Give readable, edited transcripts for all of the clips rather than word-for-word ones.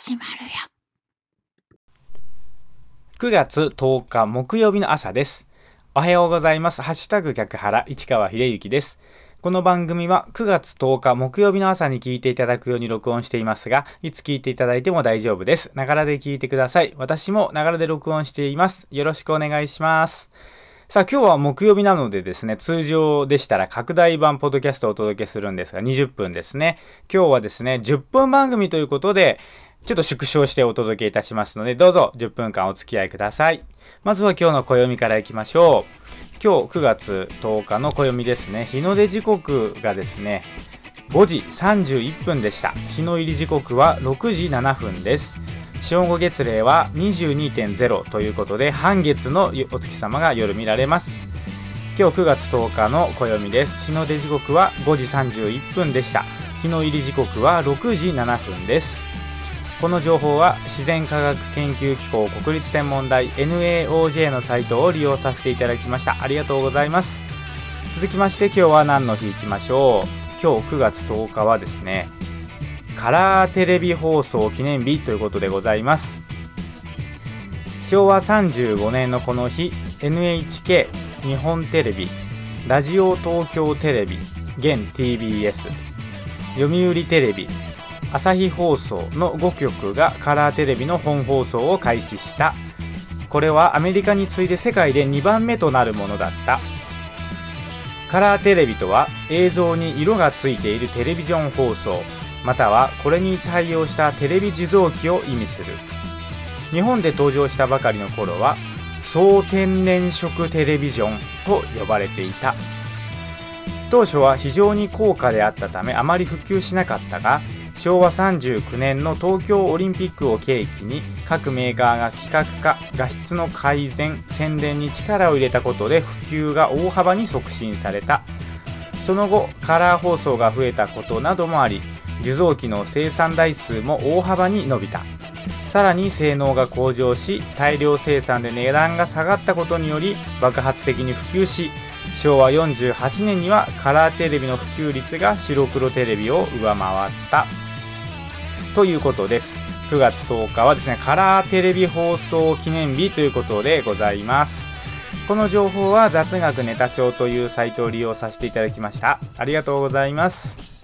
始まるよ。 9月10日木曜日の朝です。おはようございます。ハッシュタグ客原市川秀幸です。この番組は9月10日木曜日の朝に聞いていただくように録音していますが、いつ聞いていただいても大丈夫です。ながらで聞いてください。私もながらで録音しています。よろしくお願いします。さあ今日は木曜日なのでですね、通常でしたら拡大版ポッドキャストをお届けするんですが、20分ですね。今日はですね、10分番組ということで、ちょっと縮小してお届けいたしますので、どうぞ10分間お付き合いください。まずは今日の暦からいきましょう。今日9月10日の暦ですね。日の出時刻がですね、5時31分でした。日の入り時刻は6時7分です。正午月齢は 22.0 ということで、半月のお月様が夜見られます。今日9月10日の暦です。日の出時刻は5時31分でした。日の入り時刻は6時7分です。この情報は自然科学研究機構国立天文台 NAOJ のサイトを利用させていただきました。ありがとうございます。続きまして今日は何の日いきましょう。今日9月10日はですね、カラーテレビ放送記念日ということでございます。昭和35年のこの日、 NHK 日本テレビ、ラジオ東京テレビ現 TBS、 読売テレビ、朝日放送の5局がカラーテレビの本放送を開始した。これはアメリカに次いで世界で2番目となるものだった。カラーテレビとは映像に色がついているテレビジョン放送、またはこれに対応したテレビ受像機を意味する。日本で登場したばかりの頃は総天然色テレビジョンと呼ばれていた。当初は非常に高価であったためあまり普及しなかったが、昭和39年の東京オリンピックを契機に各メーカーが企画化、画質の改善、宣伝に力を入れたことで普及が大幅に促進された。その後カラー放送が増えたことなどもあり、受像機の生産台数も大幅に伸びた。さらに性能が向上し、大量生産で値段が下がったことにより爆発的に普及し、昭和48年にはカラーテレビの普及率が白黒テレビを上回ったということです。9月10日はですね、カラーテレビ放送記念日ということでございます。この情報は雑学ネタ帳というサイトを利用させていただきました。ありがとうございます。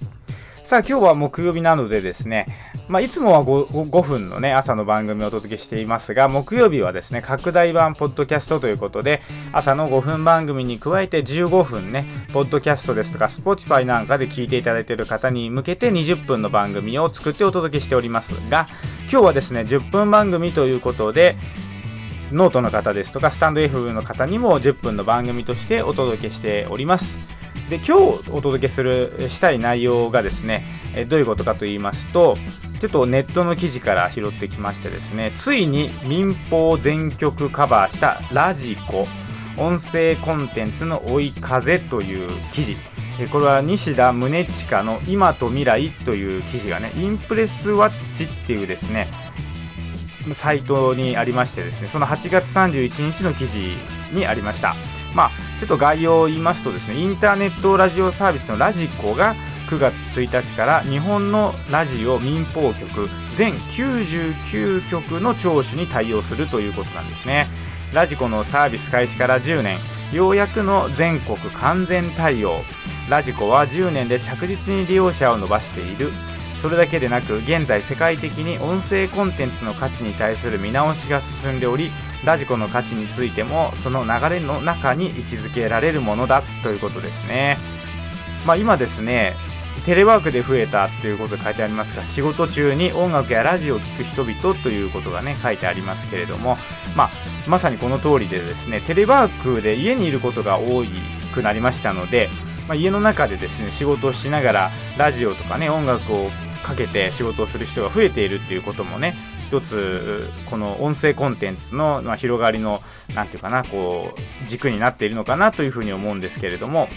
さあ今日は木曜日なのでですね、いつもは 5分のね朝の番組をお届けしていますが、木曜日はですね拡大版ポッドキャストということで、朝の5分番組に加えて15分ね、ポッドキャストですとか Spotify なんかで聞いていただいている方に向けて20分の番組を作ってお届けしておりますが、今日はですね10分番組ということで、ノートの方ですとかスタンド F の方にも10分の番組としてお届けしております。で、今日お届けしたい内容がですね、どういうことかと言いますと、ちょっとネットの記事から拾ってきましてですね、ついに民放全曲カバーしたラジコ音声コンテンツの追い風という記事、これは西田宗近の今と未来という記事がね、インプレスワッチっていうですねサイトにありましてですね、その8月31日の記事にありました。ちょっと概要を言いますとですね、インターネットラジオサービスのラジコが9月1日から日本のラジオ民放局全99局の聴取に対応するということなんですね。ラジコのサービス開始から10年、ようやくの全国完全対応。ラジコは10年で着実に利用者を伸ばしている。それだけでなく、現在世界的に音声コンテンツの価値に対する見直しが進んでおり、ラジコの価値についてもその流れの中に位置づけられるものだということですね。今ですね、テレワークで増えたということが書いてありますが、仕事中に音楽やラジオを聴く人々ということがね書いてありますけれども、まさにこの通りでですね、テレワークで家にいることが多くなりましたので、家の中でですね仕事をしながらラジオとかね音楽をかけて仕事をする人が増えているっていうこともね、一つこの音声コンテンツの広がりのなんていうかな、軸になっているのかなというふうに思うんですけれども、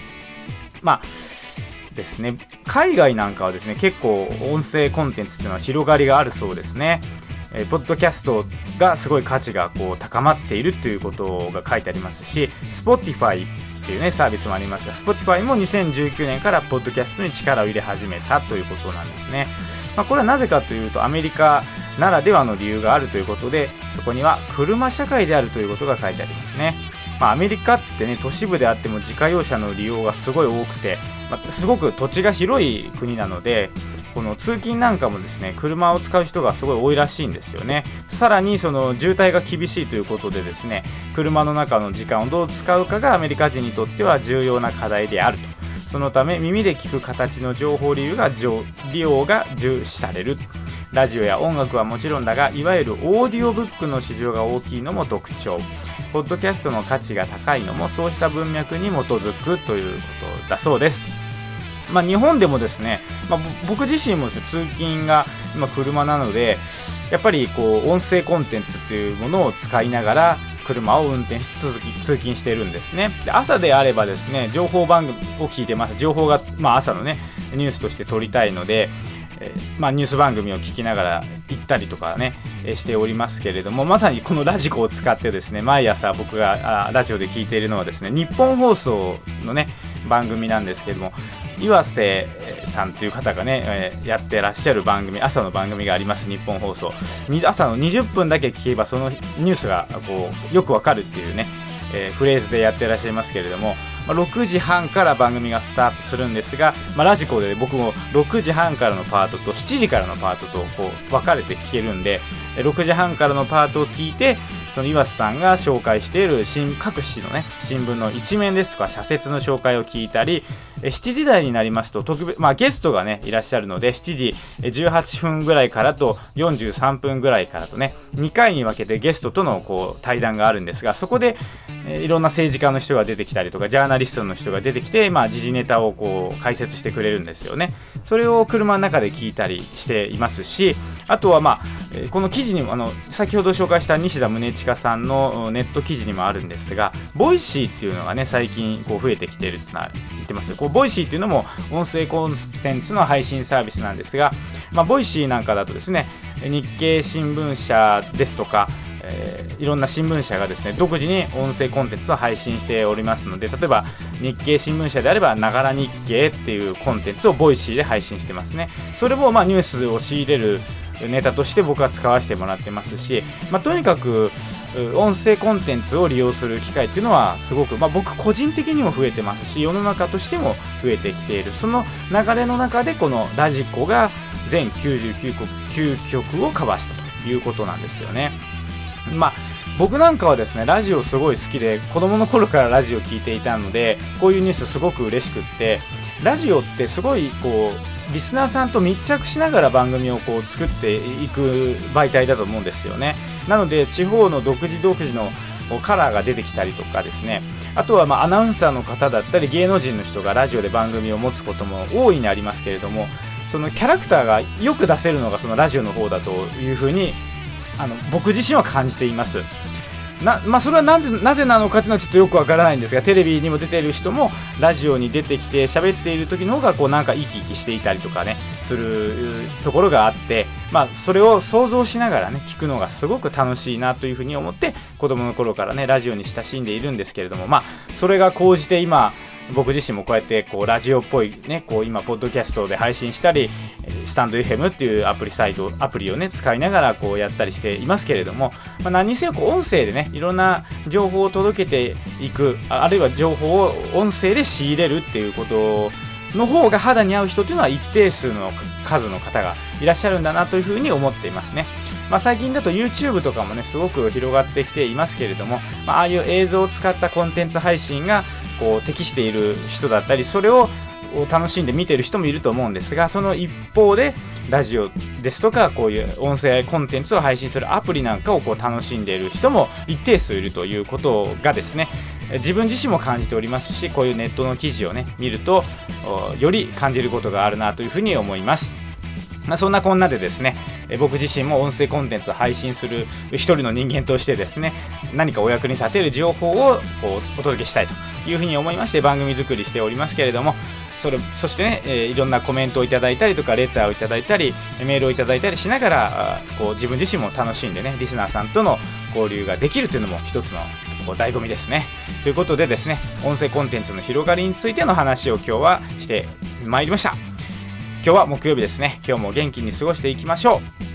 ですね、海外なんかはですね結構音声コンテンツっていうのは広がりがあるそうですね。ポッドキャストがすごい価値が高まっているということが書いてありますし、 Spotify っていうねサービスもありますが、 Spotify も2019年からポッドキャストに力を入れ始めたということなんですね。これはなぜかというと、アメリカならではの理由があるということで、そこには車社会であるということが書いてありますね。アメリカってね、都市部であっても自家用車の利用がすごい多くて、すごく土地が広い国なので、この通勤なんかもですね、車を使う人がすごい多いらしいんですよね。さらにその渋滞が厳しいということでですね、車の中の時間をどう使うかがアメリカ人にとっては重要な課題であると。そのため耳で聞く形の情報利用が重視される。ラジオや音楽はもちろんだが、いわゆるオーディオブックの市場が大きいのも特徴。ポッドキャストの価値が高いのもそうした文脈に基づくということだそうです。日本でもですね、僕自身もですね、通勤が今車なので、やっぱり音声コンテンツっていうものを使いながら車を運転し通勤しているんですね。で、朝であればですね、情報番組を聞いてます。情報が、朝のねニュースとして取りたいので、ニュース番組を聞きながら行ったりとかね、しておりますけれども、まさにこのラジコを使ってですね、毎朝僕がラジオで聞いているのはですね、日本放送のね番組なんですけれども、岩瀬さんという方がね、やってらっしゃる番組、朝の番組があります。日本放送朝の20分だけ聞けばそのニュースがよくわかるっていうね、フレーズでやってらっしゃいますけれども、6時半から番組がスタートするんですが、ラジコで僕も6時半からのパートと7時からのパートと分かれて聞けるんで、6時半からのパートを聞いて、その岩瀬さんが紹介している各紙のね新聞の一面ですとか社説の紹介を聞いたり、7時台になりますと特別、ゲストがねいらっしゃるので、7時18分ぐらいからと43分ぐらいからとね、2回に分けてゲストとの対談があるんですが、そこでいろんな政治家の人が出てきたりとか、ジャーナリストの人が出てきて、時事ネタを解説してくれるんですよね。それを車の中で聞いたりしていますし、あとはこの記事にも先ほど紹介した西田宗近さんのネット記事にもあるんですが、ボイシーっていうのがね最近増えてきているって言ってます。ボイシーっていうのも音声コンテンツの配信サービスなんですが、ボイシーなんかだとですね、日経新聞社ですとか、いろんな新聞社がですね独自に音声コンテンツを配信しておりますので、例えば日経新聞社であればながら日経っていうコンテンツをボイシーで配信してますね。それもニュースを仕入れるネタとして僕は使わせてもらってますし、とにかく音声コンテンツを利用する機会っていうのはすごく、僕個人的にも増えてますし、世の中としても増えてきている。その流れの中でこのラジコが全99曲をカバーしたということなんですよね。僕なんかはですねラジオすごい好きで、子供の頃からラジオ聞いていたので、こういうニュースすごく嬉しくって、ラジオってすごいリスナーさんと密着しながら番組を作っていく媒体だと思うんですよね。なので地方の独自のカラーが出てきたりとかですね、あとはアナウンサーの方だったり芸能人の人がラジオで番組を持つことも大いにありますけれども、そのキャラクターがよく出せるのがそのラジオの方だというふうに僕自身は感じています。それはなぜなのかというのはちょっとよくわからないんですが、テレビにも出ている人もラジオに出てきて喋っている時の方がなんか生き生きしていたりとかねするところがあって、それを想像しながらね聞くのがすごく楽しいなというふうに思って、子供の頃からねラジオに親しんでいるんですけれども、それが高じて今僕自身もこうやってラジオっぽいね今ポッドキャストで配信したり、スタンド FM っていうアプリをね使いながらやったりしていますけれども、何にせよ音声でねいろんな情報を届けていく、あるいは情報を音声で仕入れるっていうことの方が肌に合う人というのは一定数の数の方がいらっしゃるんだなというふうに思っていますね。最近だと YouTube とかもねすごく広がってきていますけれども、ああいう映像を使ったコンテンツ配信が適している人だったり、それを楽しんで見てる人もいると思うんですが、その一方でラジオですとかこういう音声コンテンツを配信するアプリなんかを楽しんでいる人も一定数いるということがですね、自分自身も感じておりますし、こういうネットの記事をね見るとより感じることがあるなというふうに思います。そんなこんなでですね、僕自身も音声コンテンツを配信する一人の人間としてですね、何かお役に立てる情報をお届けしたいというふうに思いまして番組作りしておりますけれども、そしてね、いろんなコメントをいただいたりとかレターをいただいたりメールをいただいたりしながら自分自身も楽しんでねリスナーさんとの交流ができるというのも一つの醍醐味ですね。ということでですね、音声コンテンツの広がりについての話を今日はしてまいりました。今日は木曜日ですね。今日も元気に過ごしていきましょう。